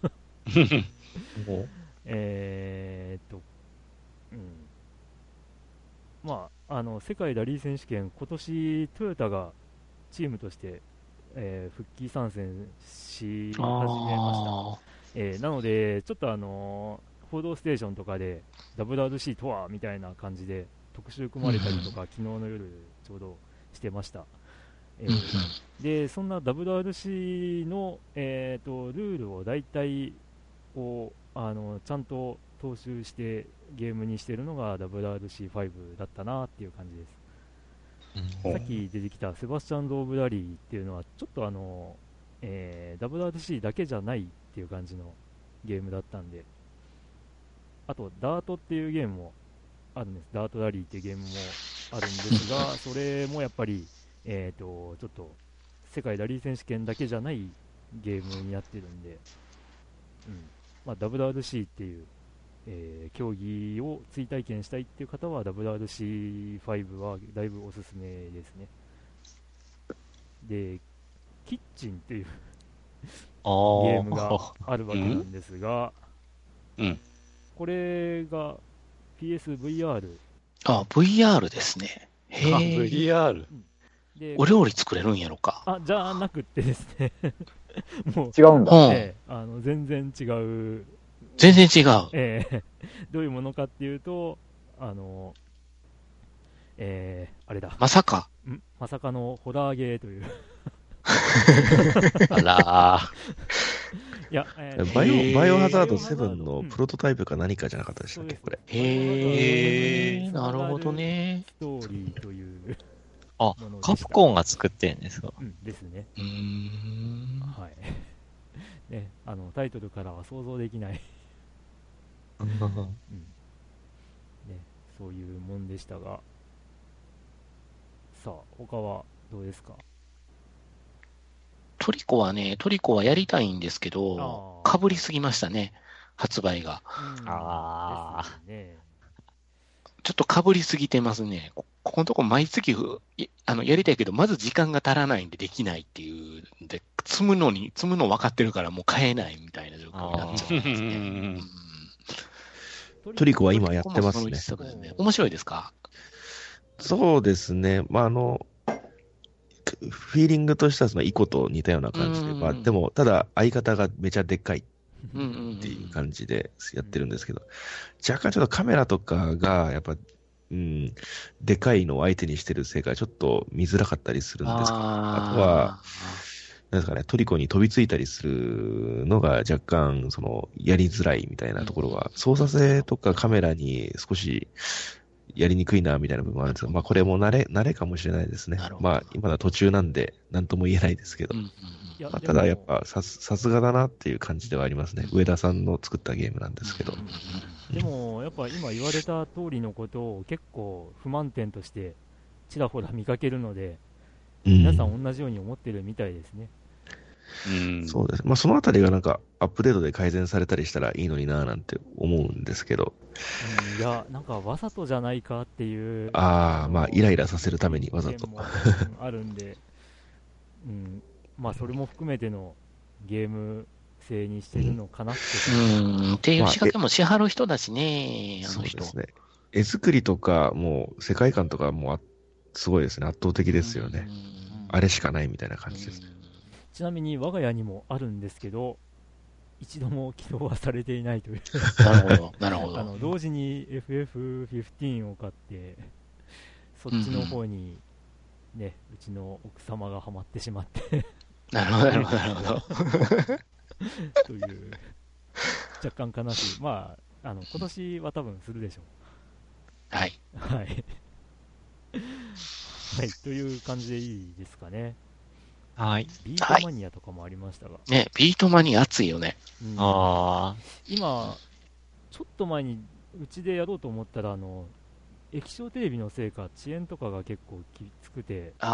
世界ラリー選手権、今年トヨタがチームとして、復帰参戦し始めました。なので、ちょっと報道ステーションとかで WRC とはみたいな感じで特集組まれたりとか、昨日の夜ちょうどしてました。で、そんな WRC の、ルールを大体こうちゃんと踏襲してゲームにしてるのが WRC5 だったなっていう感じです。さっき出てきたセバスチャン・ドーブラリーっていうのはちょっとWRC だけじゃないっていう感じのゲームだったんで、あとダートっていうゲームもあるんです。ダートラリーっていうゲームもあるんですが、それもやっぱりちょっと世界ラリー選手権だけじゃないゲームになってるんで、WRC っていう、競技を追体験したいっていう方は WRC5 はだいぶおすすめですね。で、キッチンっていうゲームがあるわけなんですが、これが PSVR。 VR ですね。 へぇ。VR。 お料理作れるんやろか。 じゃなくってですねもう違うんだ。 全然違う。 全然違う。 どういうものかっていうと、あれだ。 まさかのホラーゲーというあらいや、 バイオハザード7のプロトタイプか何かじゃなかったでしたっけ、これ。 なるほどね。 ストーリーというカプコンが作ってるんですか？ ですね。はい。ね、タイトルからは想像できないね、そういうもんでしたが、さあ、他はどうですか？ トリコはやりたいんですけど、被りすぎましたね、発売が。ちょっと被りすぎてますね。ここのとこ毎月やりたいけど、まず時間が足らないんでできないっていうんで、積むの分かってるからもう買えないみたいな状況になっちゃうんですね。 トリコは今やってますね。 面白いですか？ そうですね。フィーリングとしてはそのイコと似たような感じで、でも、ただ相方がめちゃでっかいっていう感じでやってるんですけど、若干ちょっとカメラとかが、やっぱ、でかいのを相手にしてるせいか、ちょっと見づらかったりするんですけど、あとは、なんですかね、トリコに飛びついたりするのが若干、やりづらいみたいなところは、操作性とかカメラに少し、やりにくいな、みたいな部分もあるんですけど、これも慣れかもしれないですね。今だ途中なんで、なんとも言えないですけど。ただやっぱ、さすがだなっていう感じではありますね。上田さんの作ったゲームなんですけど。 でも、やっぱ今言われた通りのことを結構不満点としてちらほら見かけるので、皆さん同じように思ってるみたいですね。 そうです。そのあたりがなんかアップデートで改善されたりしたらいいのになぁなんて思うんですけど。 いや、なんかわざとじゃないかっていう。イライラさせるためにわざと。 あるんで、それも含めてのゲーム性にしてるのかなって。 っていう仕掛けもしはる人だしね、 そうですね。絵作りとか、もう世界観とかもすごいですね。圧倒的ですよね。あれしかないみたいな感じですね。 ちなみに我が家にもあるんですけど、一度も起動はされていないという。 なるほど。 同時に FF15 を買って、そっちの方にね、うちの奥様がハマってしまって。 なるほど。 という、若干悲しい。今年は多分するでしょう。 はい。 はい。はい、という感じでいいですかね。 はい。 ビートマニアとかもありましたが。 ね、ビートマニア熱いよね。 今、ちょっと前にうちでやろうと思ったら、液晶テレビのせいか、遅延とかが結構きつくて、 そう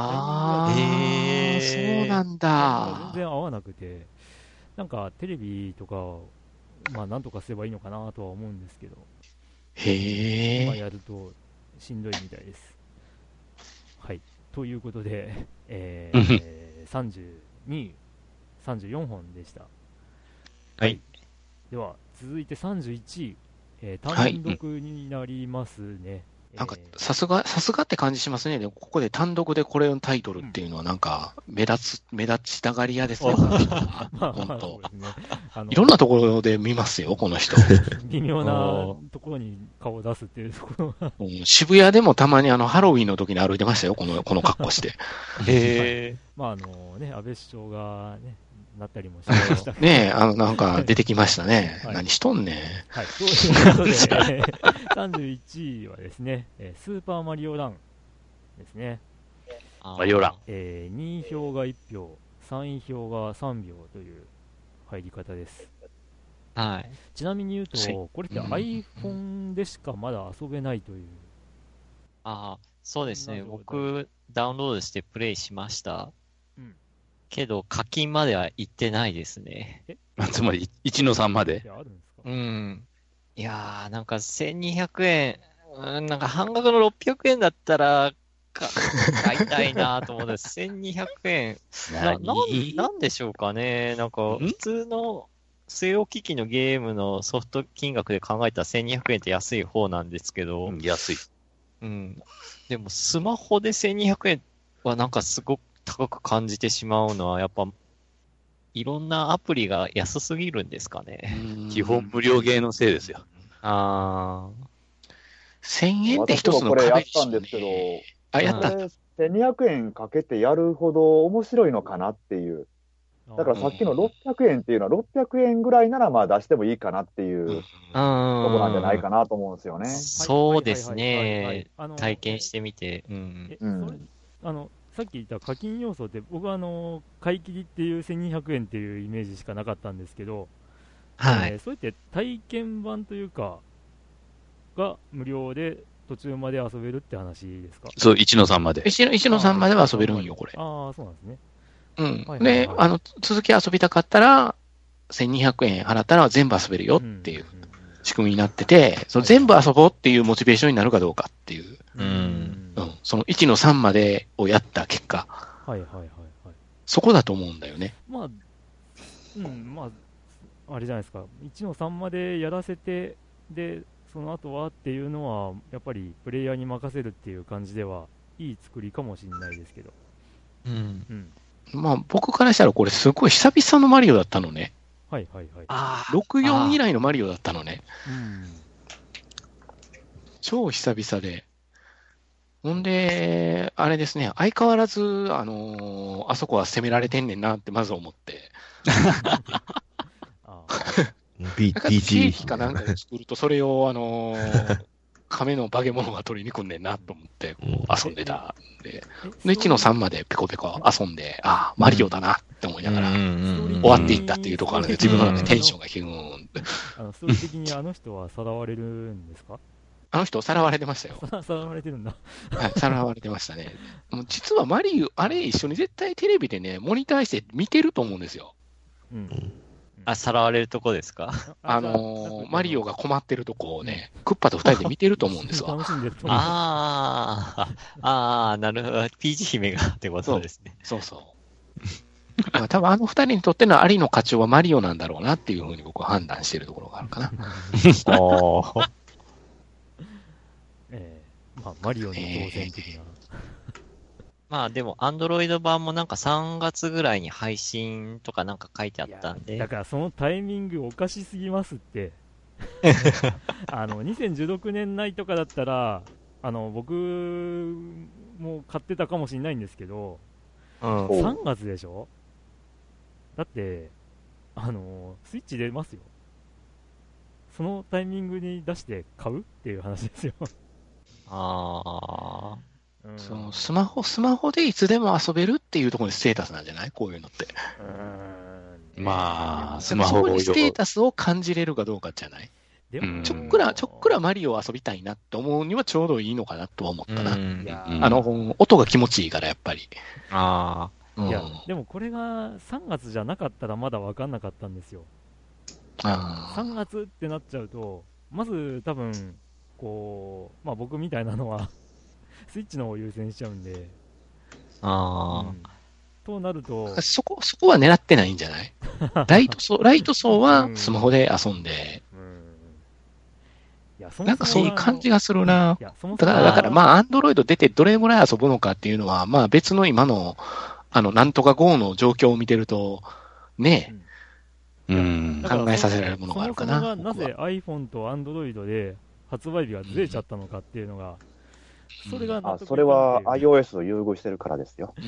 なんだ。 全然合わなくて、なんかテレビとか、なんとかすればいいのかなとは思うんですけど、今やるとしんどいみたいです。はい。ということで、32、34本でした。 はい。 では、続いて31位、単独になりますね。 なんか、さすがって感じしますね。でもここで単独でこれのタイトルっていうのはなんか、目立ちたがり屋ですね、この人は。本当。いろんなところで見ますよ、この人。 微妙なところに顔を出すっていうところが。 渋谷でもたまにハロウィンの時に歩いてましたよ、この格好して。 へぇ。まあね、安倍首相がね、なったりもしましたねえ、なんか出てきましたね。はい、何しとんねん。 はい。ということで、31位はですね、スーパーマリオランですね。 マリオラン。 2位票が1票、3位票が3票という入り方です。 はい。 ちなみに言うと、これって iPhone でしかまだ遊べないという。 そうですね。僕、ダウンロードしてプレイしました。けど、課金までは行ってないですね。 つまり、1の3まで。 うん。いやー、なんか1200円、なんか半額の600円だったら、買いたいなと思って、1200円なんでしょうかね。なんか、普通の据え置き機のゲームのソフト金額で考えたら1200円って安い方なんですけど。 安い。 うん。でも、スマホで1200円はなんかすごく高く感じてしまうのは、やっぱ、いろんなアプリが安すぎるんですかね。 基本無料ゲーのせいですよ。 1000 円って一つの壁でしょうね。私もこれやったんですけど、 やった。 1200円かけてやるほど面白いのかなっていう。だからさっきの600円っていうのは600円ぐらいならまあ出してもいいかなっていうとこなんじゃないかなと思うんですよね。 そうですね。体験してみて。 さっき言った課金要素って僕は買い切りっていう1200円っていうイメージしかなかったんですけど、 はい。 そうやって体験版というかが無料で途中まで遊べるって話ですか？ そう、1の3まで。 1の3までは遊べるんよ、これ。 ああ、そうなんですね。 うん。で、続き遊びたかったら、1200円払ったら全部遊べるよっていう仕組みになってて、その全部遊ぼうっていうモチベーションになるかどうかっていう。その1の3までをやった結果。そこだと思うんだよね。 まあ、あれじゃないですか。1の3までやらせて、で、その後はっていうのは、やっぱりプレイヤーに任せるっていう感じでは、いい作りかもしれないですけど。 まあ、僕からしたらこれすごい久々のマリオだったのね。64以来のマリオだったのね。超久々で。ほんで、あれですね、相変わらず、あそこは攻められてんねんなってまず思って。ケーキかなんかで作ると、それを亀の化け物が取りに来んねんなと思って、遊んでたんで。で、1の3までペコペコ遊んで、マリオだなって思いながら、終わっていったっていうところなので、自分の中でテンションがヒューンって。 ストーリー的にあの人はさらわれるんですか？ あの人、さらわれてましたよ。 さらわれてるんだ。 はい、さらわれてましたね。もう実はマリオ、あれ一緒に絶対テレビでね、モニターして見てると思うんですよ。 さらわれるとこですか？ マリオが困ってるとこをね、クッパと二人で見てると思うんですわ。 楽しんでると思う。なるほど。ピーチ姫がってことですね。 そう。多分二人にとってのありの課長はマリオなんだろうなっていうふうに僕は判断しているところがあるかな。 マリオの当然的な。 まあでも、アンドロイド版もなんか3月ぐらいに配信とかなんか書いてあったんで。 だからそのタイミングおかしすぎますって。2016年内とかだったら、僕も買ってたかもしれないんですけど、3月でしょ？だって、スイッチ出ますよ。そのタイミングに出して買うっていう話ですよ。 スマホでいつでも遊べるっていうところにステータスなんじゃない？こういうのって。 まあ、スマホにステータスを感じれるかどうかじゃない？ちょっくらマリオを遊びたいなって思うにはちょうどいいのかなとは思ったな。音が気持ちいいからやっぱり。 いや、でもこれが3月じゃなかったらまだ分かんなかったんですよ。3月ってなっちゃうと、まず多分、僕みたいなのは、スイッチの方を優先しちゃうんで。となると。 そこは狙ってないんじゃない？ライト層はスマホで遊んで。 なんかそういう感じがするな。だからまあ、アンドロイド出てどれぐらい遊ぶのかっていうのは、まあ別の今の、なんとか GO の状況を見てると、ね考えさせられるものがあるかな。 そもそもがなぜ iPhone と Android で発売日がずれちゃったのかっていうのが、それがそれは iOS を優遇してるからですよ。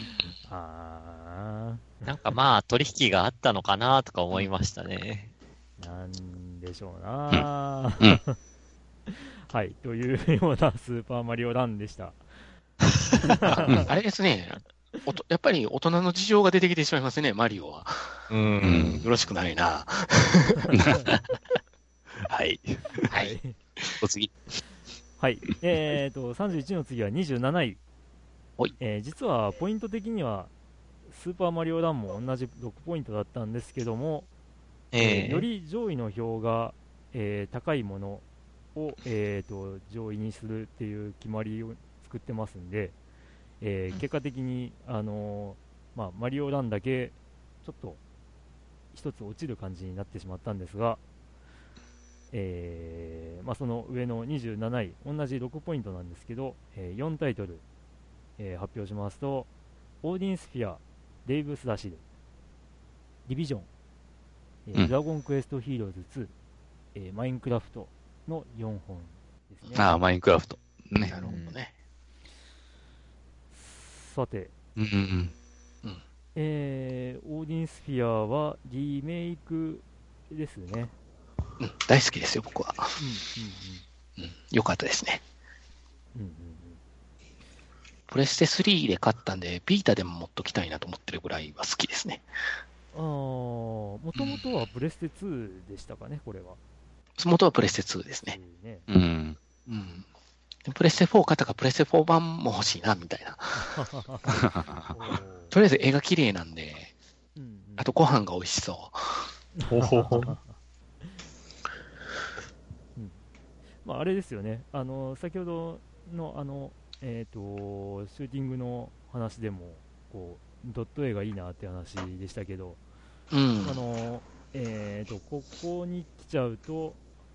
なんかまあ、取引があったのかなとか思いましたね。 なんでしょうな、はい、というようなスーパーマリオランでした。 あれですね。やっぱり大人の事情が出てきてしまいますね、マリオは。よろしくないな。 はい。 はい。 お次。 はい。31の次は27位。実はポイント的には、スーパーマリオランも同じ6ポイントだったんですけども、より上位の票が、高いものを、上位にするっていう決まりを作ってますんで、結果的に、マリオランだけちょっと一つ落ちる感じになってしまったんですが、その上の27位、同じ6ポイントなんですけど、4タイトル、発表しますと、オーディンスフィア、デイブスダッシュ、ディビジョン、ドラゴンクエストヒーローズ2、マインクラフトの4本ですね。 マインクラフト。 なるほどね。 さて、オーディンスフィアはリメイクですね。 大好きですよ、僕は。よかったですね。プレステ3で買ったんで、ビータでも持っときたいなと思ってるぐらいは好きですね。 もともとはプレステ2でしたかね、これは。 元はプレステ2ですね。プレステ4買ったからプレステ4版も欲しいな、みたいな。とりあえず絵が綺麗なんで、あとご飯が美味しそう。 あれですよね、先ほどのシューティングの話でもドット絵がいいなって話でしたけど、ここに来ちゃうと、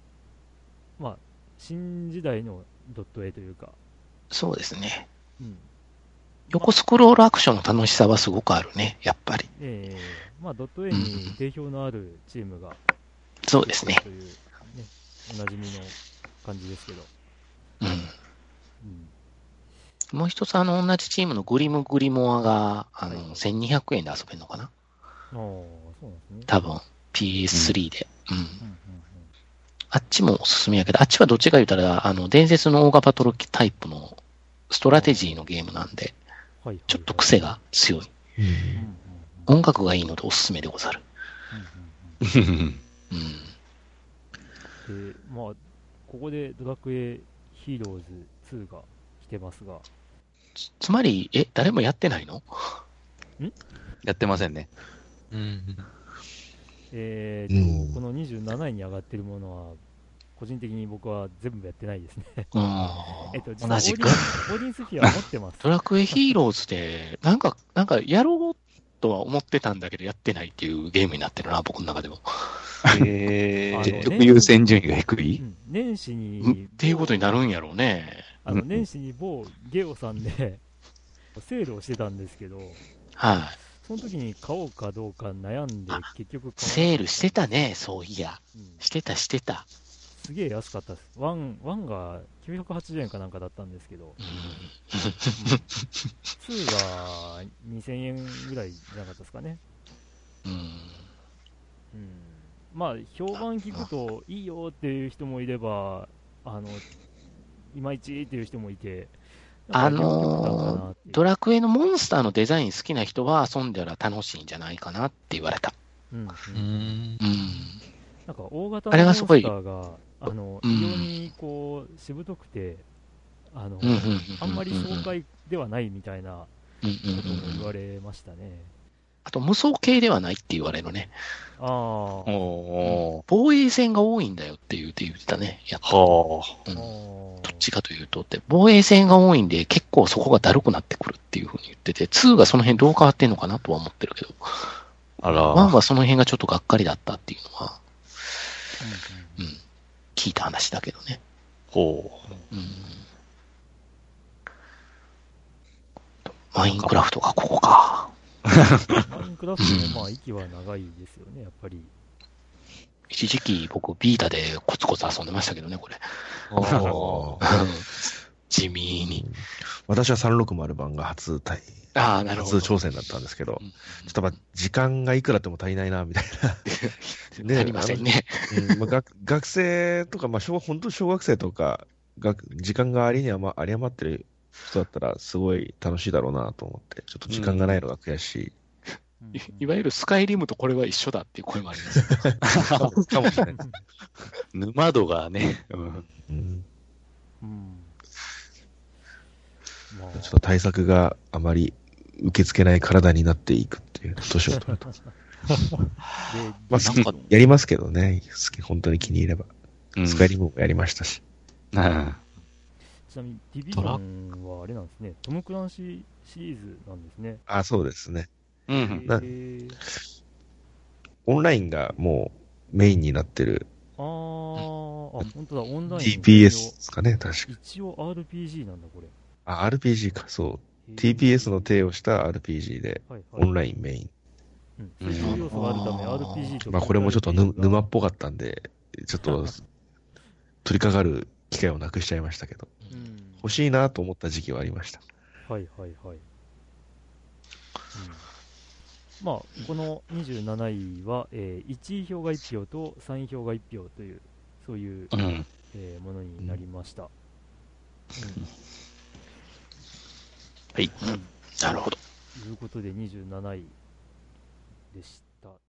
新時代のドット絵というか、 そうですね、横スクロールアクションの楽しさはすごくあるね、やっぱり。 ドット絵に定評のあるチームが、 そうですね。 という、おなじみの感じですけど。 もう一つ同じチームのグリムグリモアが1200円で遊べるのかな。 そうなんですね。 多分 PS3 で。あっちもおすすめやけど、あっちはどっちか言ったら伝説のオーガバトルタイプのストラテジーのゲームなんで、ちょっと癖が強い。音楽がいいのでおすすめでござる。 ここでドラクエヒーローズ2が来てますが、 つまり、誰もやってないの？ やってませんね。 この27位に上がってるものは、個人的に僕は全部やってないですね。 同じく。 オーディンスフィア持ってます。 ドラクエヒーローズで、なんかやろうとは思ってたんだけど、やってないっていうゲームになってるな、僕の中でも。 優先順位が低い？ 年始に。 っていうことになるんやろうね。 年始に某ゲオさんでセールをしてたんですけど、その時に買おうかどうか悩んで、結局セールしてたね、そういや。してた。 すげえ安かったです。ワンが980円かなんかだったんですけど、2が2000円ぐらいじゃなかったですかね。評判聞くといいよっていう人もいれば、いまいちっていう人もいて、 ドラクエのモンスターのデザイン好きな人は遊んだら楽しいんじゃないかなって言われた。 なんか大型のモンスターが非常にしぶとくて、あんまり爽快ではないみたいなことも言われましたね。 あと無双系ではないって言われるね。防衛戦が多いんだよって言ってたね。どっちかというとって、防衛戦が多いんで結構そこがだるくなってくるっていうふうに言ってて、2がその辺どう変わってんのかなとは思ってるけど、1はその辺がちょっとがっかりだったっていうのは、聞いた話だけどね。 ほう。 マインクラフトがここか。 マインクラフトもまあ息は長いですよね、やっぱり。 一時期僕ビータでコツコツ遊んでましたけどね、これ。地味に。 私は360版が初挑戦だったんですけど、ちょっと時間がいくらでも足りないな、みたいな。ありませんね。 学生とか、本当小学生とか、時間が有り余ってる人だったら、すごい楽しいだろうなと思って、ちょっと時間がないのが悔しい。 いわゆるスカイリムとこれは一緒だっていう声もあります。 かもしれない。 沼度がね。 ちょっと対策があまり受け付けない体になっていくっていう、年を取ると。やりますけどね、本当に気に入れば。スカイリムもやりましたし。 ちなみに、ディビジョンはあれなんですね、トム・クランシーシリーズなんですね。 そうですね。オンラインがもうメインになってる。 本当だ、オンライン。 TPS ですかね、確か。 一応 RPG なんだ、これ。 RPG か、そう。TPS の体をした RPG で、オンラインメイン。 そういう要素があるため、RPG とこれもちょっと沼っぽかったんで、ちょっと、取り掛かる機会をなくしちゃいましたけど。欲しいなと思った時期はありました。 はい。この27位は、1位票が1票と3位票が1票という、そういう、ものになりました。 はい。なるほど。 ということで27位でした。